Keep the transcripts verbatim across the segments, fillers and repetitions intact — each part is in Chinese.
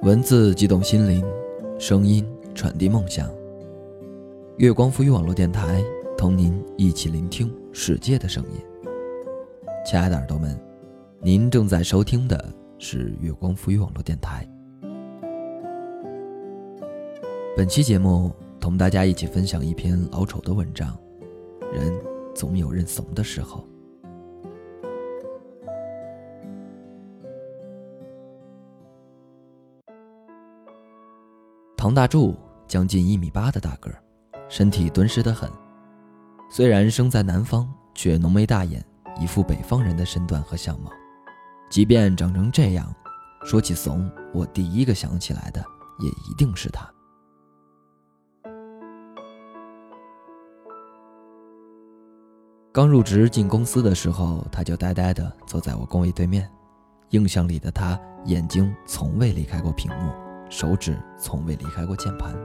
文字激动心灵，声音传递梦想。月光浮语网络电台，同您一起聆听世界的声音。亲爱的耳朵们，您正在收听的是月光浮语网络电台。本期节目同大家一起分享一篇老丑的文章，人总有认怂的时候。唐大柱将近一米八的大个儿，身体敦实得很。虽然生在南方，却浓眉大眼，一副北方人的身段和相貌。即便长成这样，说起怂，我第一个想起来的也一定是他。刚入职进公司的时候，他就呆呆地坐在我工位对面。印象里的他，眼睛从未离开过屏幕，手指从未离开过键盘。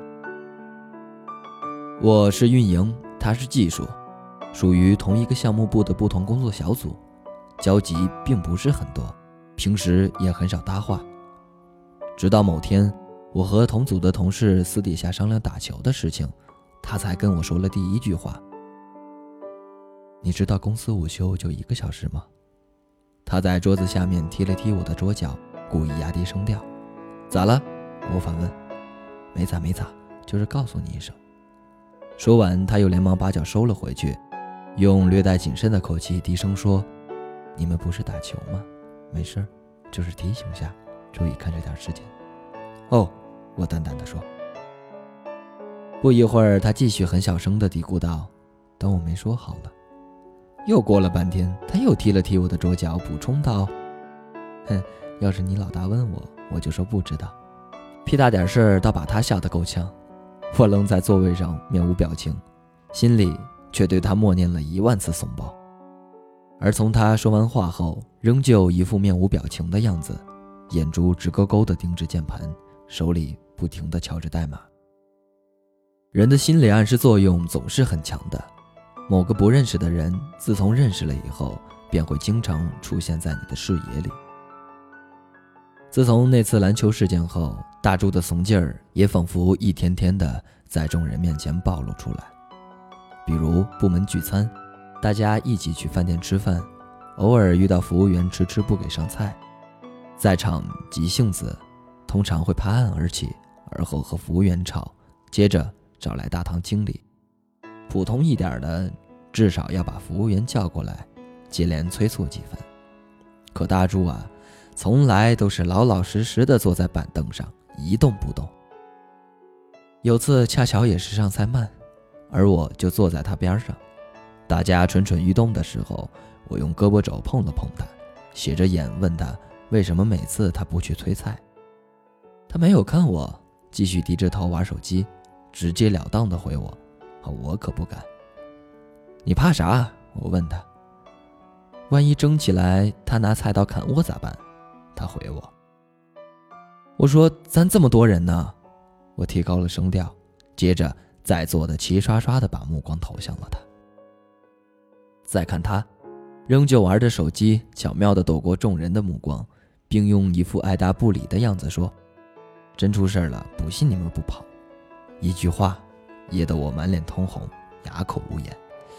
我是运营，他是技术，属于同一个项目部的不同工作小组，交集并不是很多，平时也很少搭话。直到某天，我和同组的同事私底下商量打球的事情，他才跟我说了第一句话：你知道公司午休就一个小时吗？他在桌子下面踢了踢我的桌角，故意压低声调。咋了？我反问。没咋没咋，就是告诉你一声。说完，他又连忙把脚收了回去，用略带谨慎的口气低声说：你们不是打球吗？没事，就是提醒下，注意看着点时间。哦，我淡淡的说。不一会儿，他继续很小声的嘀咕道：当我没说好了。又过了半天，他又踢了踢我的桌角，补充道：哼，要是你老大问我，我就说不知道。屁大点事儿倒把他吓得够呛。我愣在座位上，面无表情，心里却对他默念了一万次怂包。而从他说完话后，仍旧一副面无表情的样子，眼珠直勾勾地盯着键盘，手里不停地敲着代码。人的心理暗示作用总是很强的，某个不认识的人，自从认识了以后，便会经常出现在你的视野里。自从那次篮球事件后，大柱的怂劲儿也仿佛一天天的在众人面前暴露出来。比如部门聚餐，大家一起去饭店吃饭，偶尔遇到服务员迟迟不给上菜，在场急性子，通常会拍案而起，而后和服务员吵，接着找来大堂经理。普通一点的，至少要把服务员叫过来，接连催促几番。可大柱啊，从来都是老老实实的坐在板凳上一动不动。有次恰巧也是上菜慢，而我就坐在他边上。大家蠢蠢欲动的时候，我用胳膊肘碰了碰他，斜着眼问他为什么每次他不去催菜。他没有看我，继续低着头玩手机，直截了当的回我：我可不敢。你怕啥？我问他。万一争起来，他拿菜刀砍我咋办？他回我。我说咱这么多人呢。我提高了声调，接着在座的齐刷刷地把目光投向了他。再看他，仍旧玩着手机，巧妙地躲过众人的目光，并用一副爱答不理的样子说：真出事了，不信你们不跑。一句话噎得我满脸通红，哑口无言。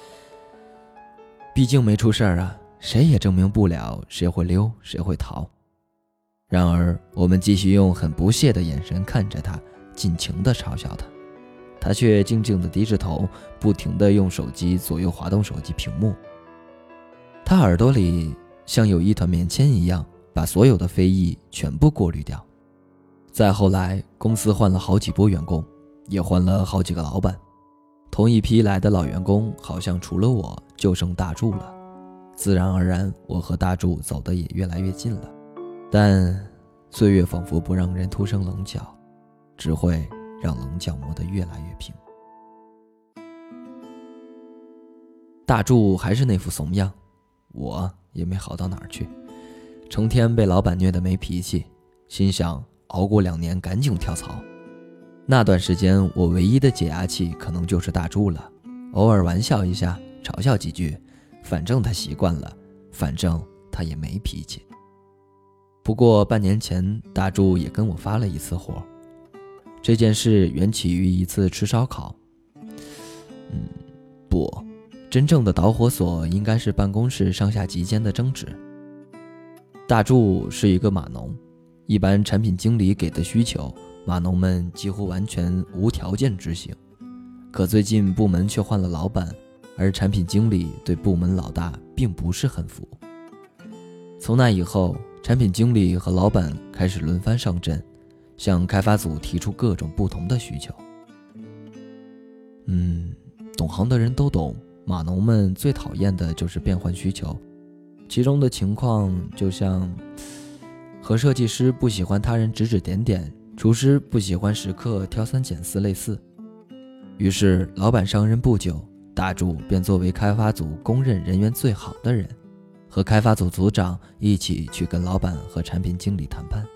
毕竟没出事啊，谁也证明不了谁会溜谁会逃。然而我们继续用很不屑的眼神看着他，尽情地嘲笑他，他却静静地低着头，不停地用手机左右滑动手机屏幕。他耳朵里像有一团棉签一样，把所有的非议全部过滤掉。再后来，公司换了好几波员工，也换了好几个老板，同一批来的老员工好像除了我就剩大柱了，自然而然我和大柱走得也越来越近了。但岁月仿佛不让人徒生棱角，只会让棱角磨得越来越平。大柱还是那副怂样，我也没好到哪儿去，成天被老板虐得没脾气，心想熬过两年赶紧跳槽。那段时间我唯一的解压器可能就是大柱了，偶尔玩笑一下，嘲笑几句，反正他习惯了，反正他也没脾气。 不过半年前，大柱也跟我发了一次火。这件事缘起于一次吃烧烤。嗯，不，真正的导火索应该是办公室上下级间的争执。大柱是一个码农，一般产品经理给的需求，码农们几乎完全无条件执行。可最近部门却换了老板，而产品经理对部门老大并不是很服。从那以后，产品经理和老板开始轮番上阵，向开发组提出各种不同的需求。嗯，懂行的人都懂，码农们最讨厌的就是变换需求，其中的情况就像和设计师不喜欢他人指指点点，厨师不喜欢食客挑三拣四类似。于是老板上任不久，大柱便作为开发组公认人缘最好的人，和开发组组长一起去跟老板和产品经理谈判。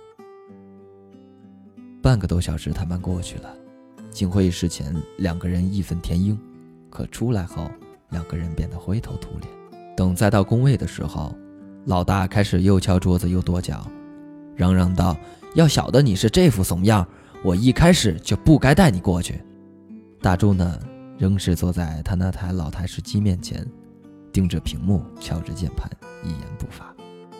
半个多小时谈判过去了，进会议室前两个人义愤填膺，可出来后两个人变得灰头土脸。等再到工位的时候，老大开始又敲桌子又跺脚，嚷嚷道：要晓得你是这副怂样，我一开始就不该带你过去。大柱呢，仍是坐在他那台老台式机面前，盯着屏幕，敲着键盘，一言不发。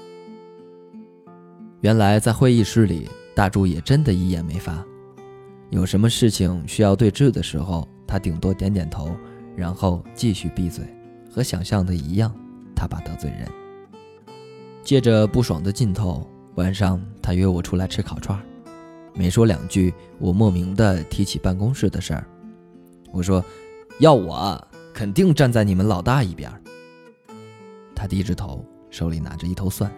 原来在会议室里，大柱也真的一言没发。有什么事情需要对峙的时候，他顶多点点头，然后继续闭嘴。和想象的一样，他怕得罪人。借着不爽的劲头，晚上他约我出来吃烤串。没说两句，我莫名的提起办公室的事儿。我说，要我肯定站在你们老大一边。他低着头，手里拿着一头蒜。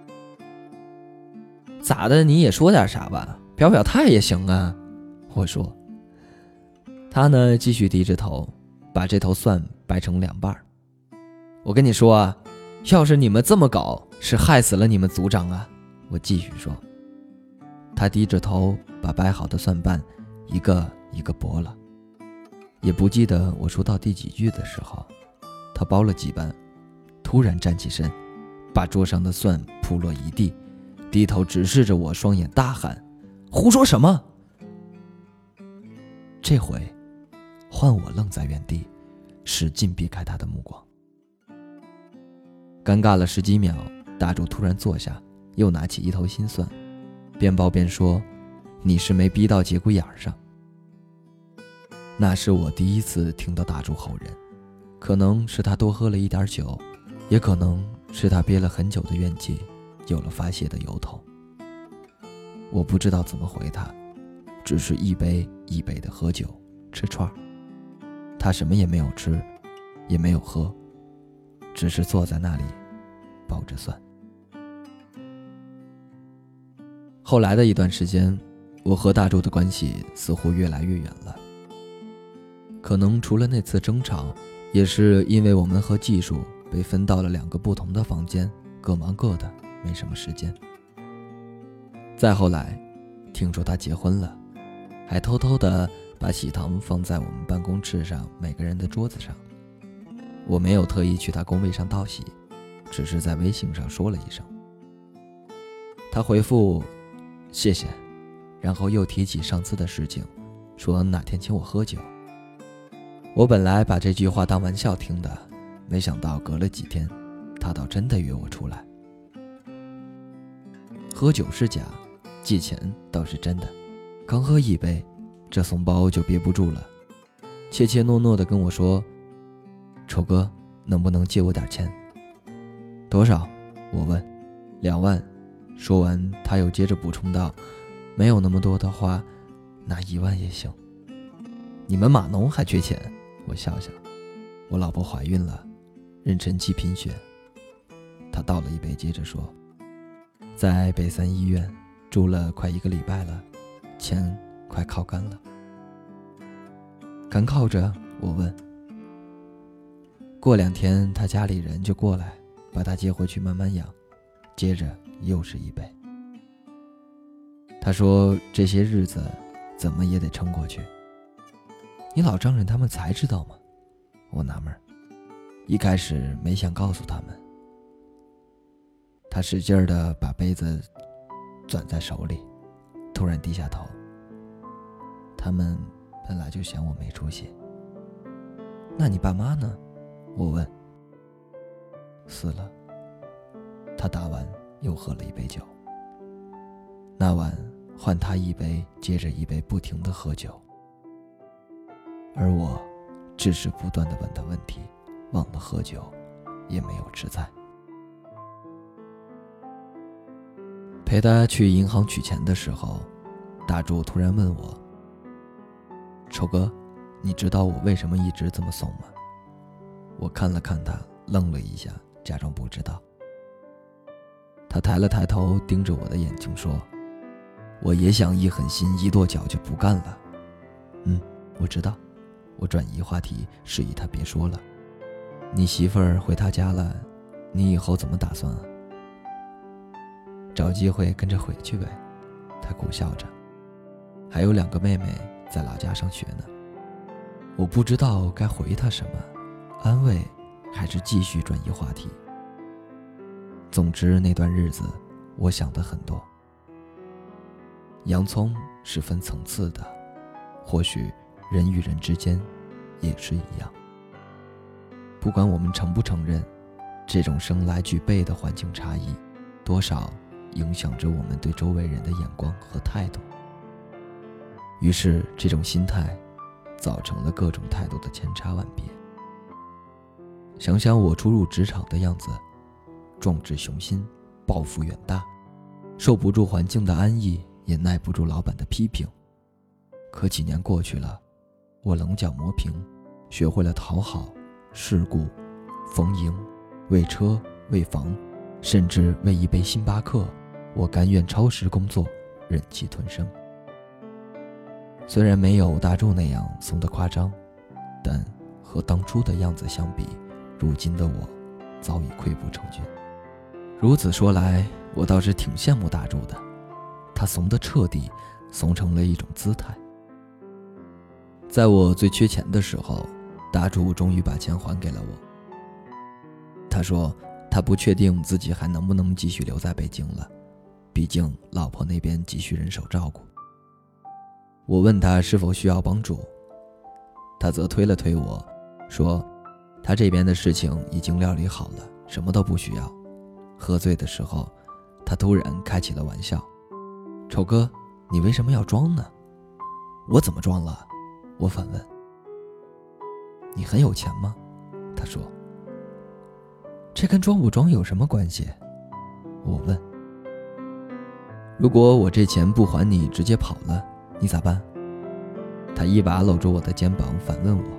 咋的，你也说点啥吧，表表态也行啊。我说。他呢，继续低着头，把这头蒜掰成两半。我跟你说啊，要是你们这么搞，是害死了你们组长啊。我继续说。他低着头，把掰好的蒜瓣一个一个剥了。也不记得我说到第几句的时候，他剥了几瓣，突然站起身，把桌上的蒜扑落一地，低头直视着我，双眼大喊：胡说什么？这回换我愣在原地，使劲避开他的目光。尴尬了十几秒，大柱突然坐下，又拿起一头新蒜，边剥边说：你是没逼到节骨眼上。那是我第一次听到大柱吼人，可能是他多喝了一点酒，也可能是他憋了很久的怨气有了发泄的由头。我不知道怎么回他，只是一杯一杯的喝酒吃串儿。他什么也没有吃，也没有喝，只是坐在那里抱着蒜。后来的一段时间，我和大柱的关系似乎越来越远了。可能除了那次争吵，也是因为我们和技术被分到了两个不同的房间，各忙各的，没什么时间。再后来，听说他结婚了，还偷偷的把喜糖放在我们办公室上每个人的桌子上。我没有特意去他工位上道喜，只是在微信上说了一声。他回复谢谢，然后又提起上次的事情，说哪天请我喝酒。我本来把这句话当玩笑听的，没想到隔了几天，他倒真的约我出来。喝酒是假，借钱倒是真的。刚喝一杯，这怂包就憋不住了，怯怯懦懦地跟我说：丑哥，能不能借我点钱？多少？我问。两万。说完，他又接着补充道：没有那么多的话，拿一万也行。你们码农还缺钱？我笑笑。我老婆怀孕了，妊娠期贫血。他倒了一杯，接着说：在北三医院住了快一个礼拜了，钱快靠干了。干靠着？我问。过两天他家里人就过来，把他接回去慢慢养。接着又是一杯。他说这些日子怎么也得撑过去。你老丈人他们才知道吗？我纳闷，一开始没想告诉他们。他使劲地把杯子攥在手里，突然低下头。他们本来就嫌我没出息。那你爸妈呢？我问。死了。他打完又喝了一杯酒。那晚换他一杯接着一杯不停地喝酒，而我只是不断地问他问题，忘了喝酒，也没有吃菜。陪他去银行取钱的时候，大柱突然问我：丑哥，你知道我为什么一直这么怂吗？我看了看他，愣了一下，假装不知道。他抬了抬头，盯着我的眼睛说：我也想一狠心一跺脚就不干了。嗯，我知道。我转移话题，示意他别说了。你媳妇儿回她家了，你以后怎么打算啊？找机会跟着回去呗。他苦笑着。还有两个妹妹在老家上学呢。我不知道该回她什么，安慰还是继续转移话题。总之那段日子我想的很多。洋葱是分层次的，或许人与人之间也是一样。不管我们承不承认，这种生来具备的环境差异多少影响着我们对周围人的眼光和态度。于是这种心态造成了各种态度的千差万别。想想我初入职场的样子，壮志雄心，抱负远大，受不住环境的安逸，也耐不住老板的批评。可几年过去了，我棱角磨平，学会了讨好、世故、逢迎，为车、为房，甚至为一杯星巴克，我甘愿超时工作，忍气吞声。虽然没有大柱那样怂得夸张，但和当初的样子相比，如今的我早已溃不成军。如此说来，我倒是挺羡慕大柱的，他怂得彻底，怂成了一种姿态。在我最缺钱的时候，大柱终于把钱还给了我。他说他不确定自己还能不能继续留在北京了，毕竟老婆那边急需人手照顾。我问他是否需要帮助，他则推了推我，说他这边的事情已经料理好了，什么都不需要。喝醉的时候，他突然开起了玩笑：丑哥，你为什么要装呢？我怎么装了？我反问。你很有钱吗？他说。这跟装不装有什么关系？我问。如果我这钱不还你，直接跑了，你咋办？他一把搂住我的肩膀，反问我。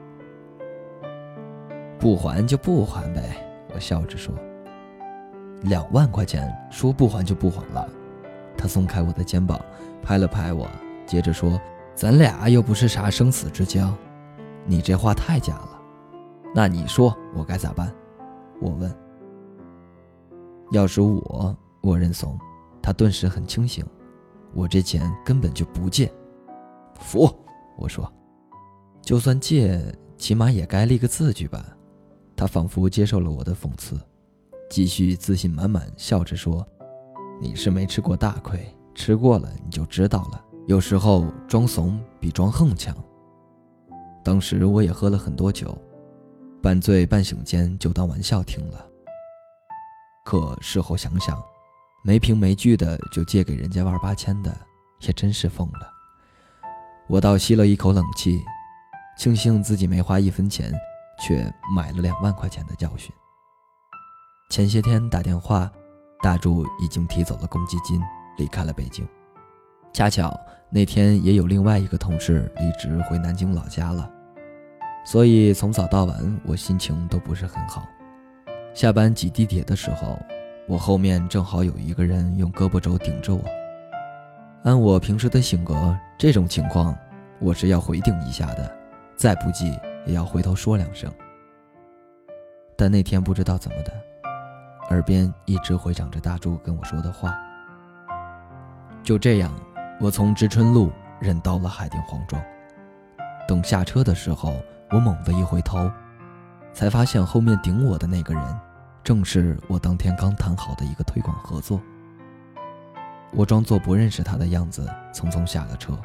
不还就不还呗，我笑着说。两万块钱，说不还就不还了。他松开我的肩膀，拍了拍我，接着说，咱俩又不是啥生死之交，你这话太假了。那你说我该咋办？我问。要是我，我认怂。他顿时很清醒，我这钱根本就不借。服，我说。就算借，起码也该立个字据吧。他仿佛接受了我的讽刺，继续自信满满笑着说，你是没吃过大亏，吃过了你就知道了，有时候装怂比装横强。当时我也喝了很多酒，半醉半醒间就当玩笑听了。可事后想想，没凭没据的就借给人家万八千的，也真是疯了。我倒吸了一口冷气，庆幸自己没花一分钱，却买了两万块钱的教训。前些天打电话，大柱已经提走了公积金，离开了北京。恰巧那天也有另外一个同事离职回南京老家了，所以从早到晚我心情都不是很好。下班挤地铁的时候，我后面正好有一个人用胳膊肘顶着我。按我平时的性格，这种情况我是要回顶一下的，再不济也要回头说两声。但那天不知道怎么的，耳边一直回响着大柱跟我说的话。就这样，我从知春路忍到了海淀黄庄。等下车的时候，我猛地一回头，才发现后面顶我的那个人正是我当天刚谈好的一个推广合作。 我装作不认识他的样子，匆匆下了车。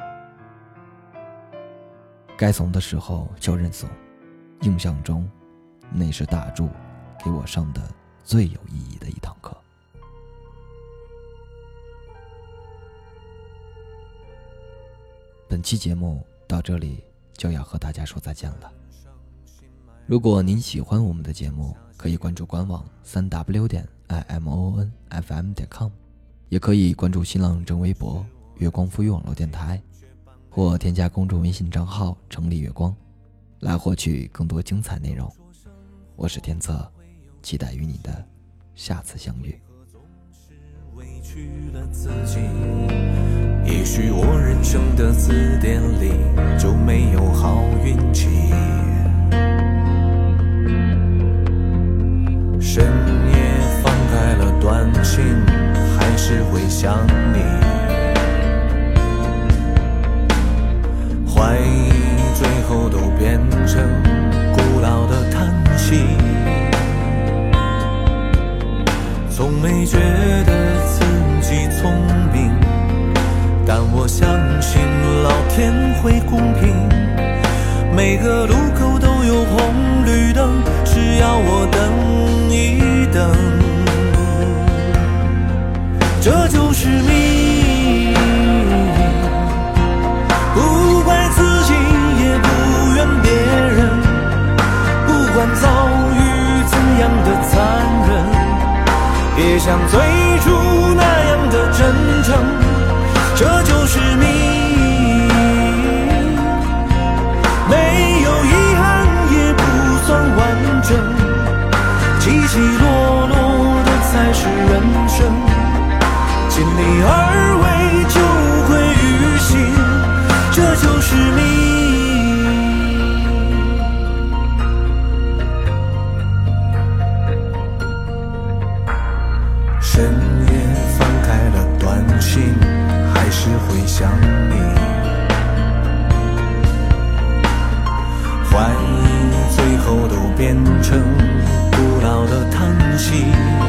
该怂的时候就认怂，印象中那是大柱给我上的最有意义的一堂课。本期节目到这里就要和大家说再见了。如果您喜欢我们的节目，可以关注官网 三 w 点 i m o n f m 点 com， 也可以关注新浪正微博月光赋予网络电台，或添加公众微信账号城里月光，来获取更多精彩内容。我是天策，期待与你的下次相遇。 委屈了自己，也许我人生的字典里就没有好运气。深夜翻开了短信，还是会想你。怀疑最后都变成古老的叹息。从没觉得自己聪明，但我相信老天会公平。每个路口都有红绿灯，只要我等一等，这就是命。不怪自己，也不怨别人，不管遭遇怎样的残忍，也像最初那样的真诚，这就是命。没有遗憾也不算完整，起起落落的才是人生。尽力而为就会于心，这就是命。深夜翻开了短信，还是会想你。怀疑最后都变成古老的叹息。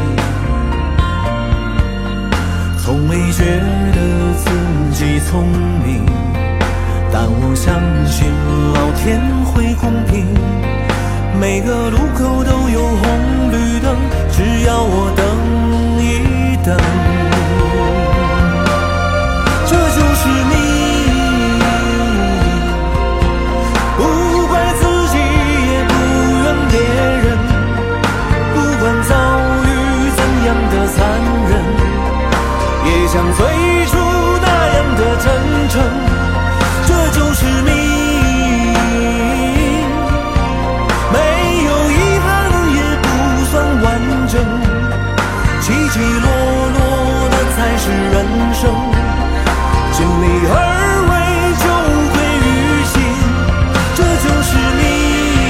从没觉得自己聪明，但我相信老天会公平。每个路口都有红绿灯，只要我等一等，这就是命。不怪自己，也不怨别人，不管遭遇怎样的残忍，也像最初那样的真诚，这就是命。没有遗憾也不算完整，起起落落的才是人生。尽力而为就会于心，这就是命。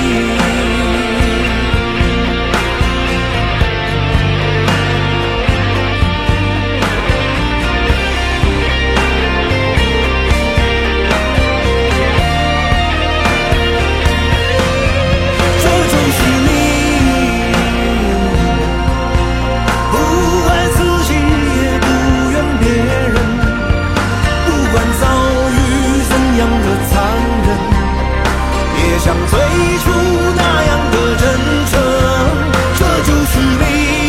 像最初那样的真诚，这就是命。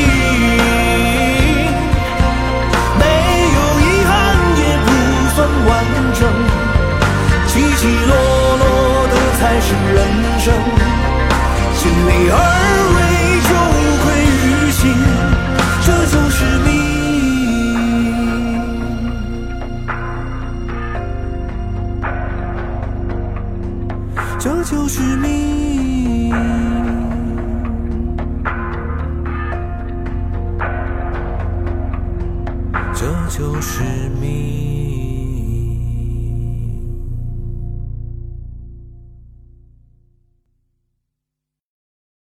没有遗憾也不算完整，起起落落的才是人生。尽力而为就会于心，这就是命。这就是命，这就是命。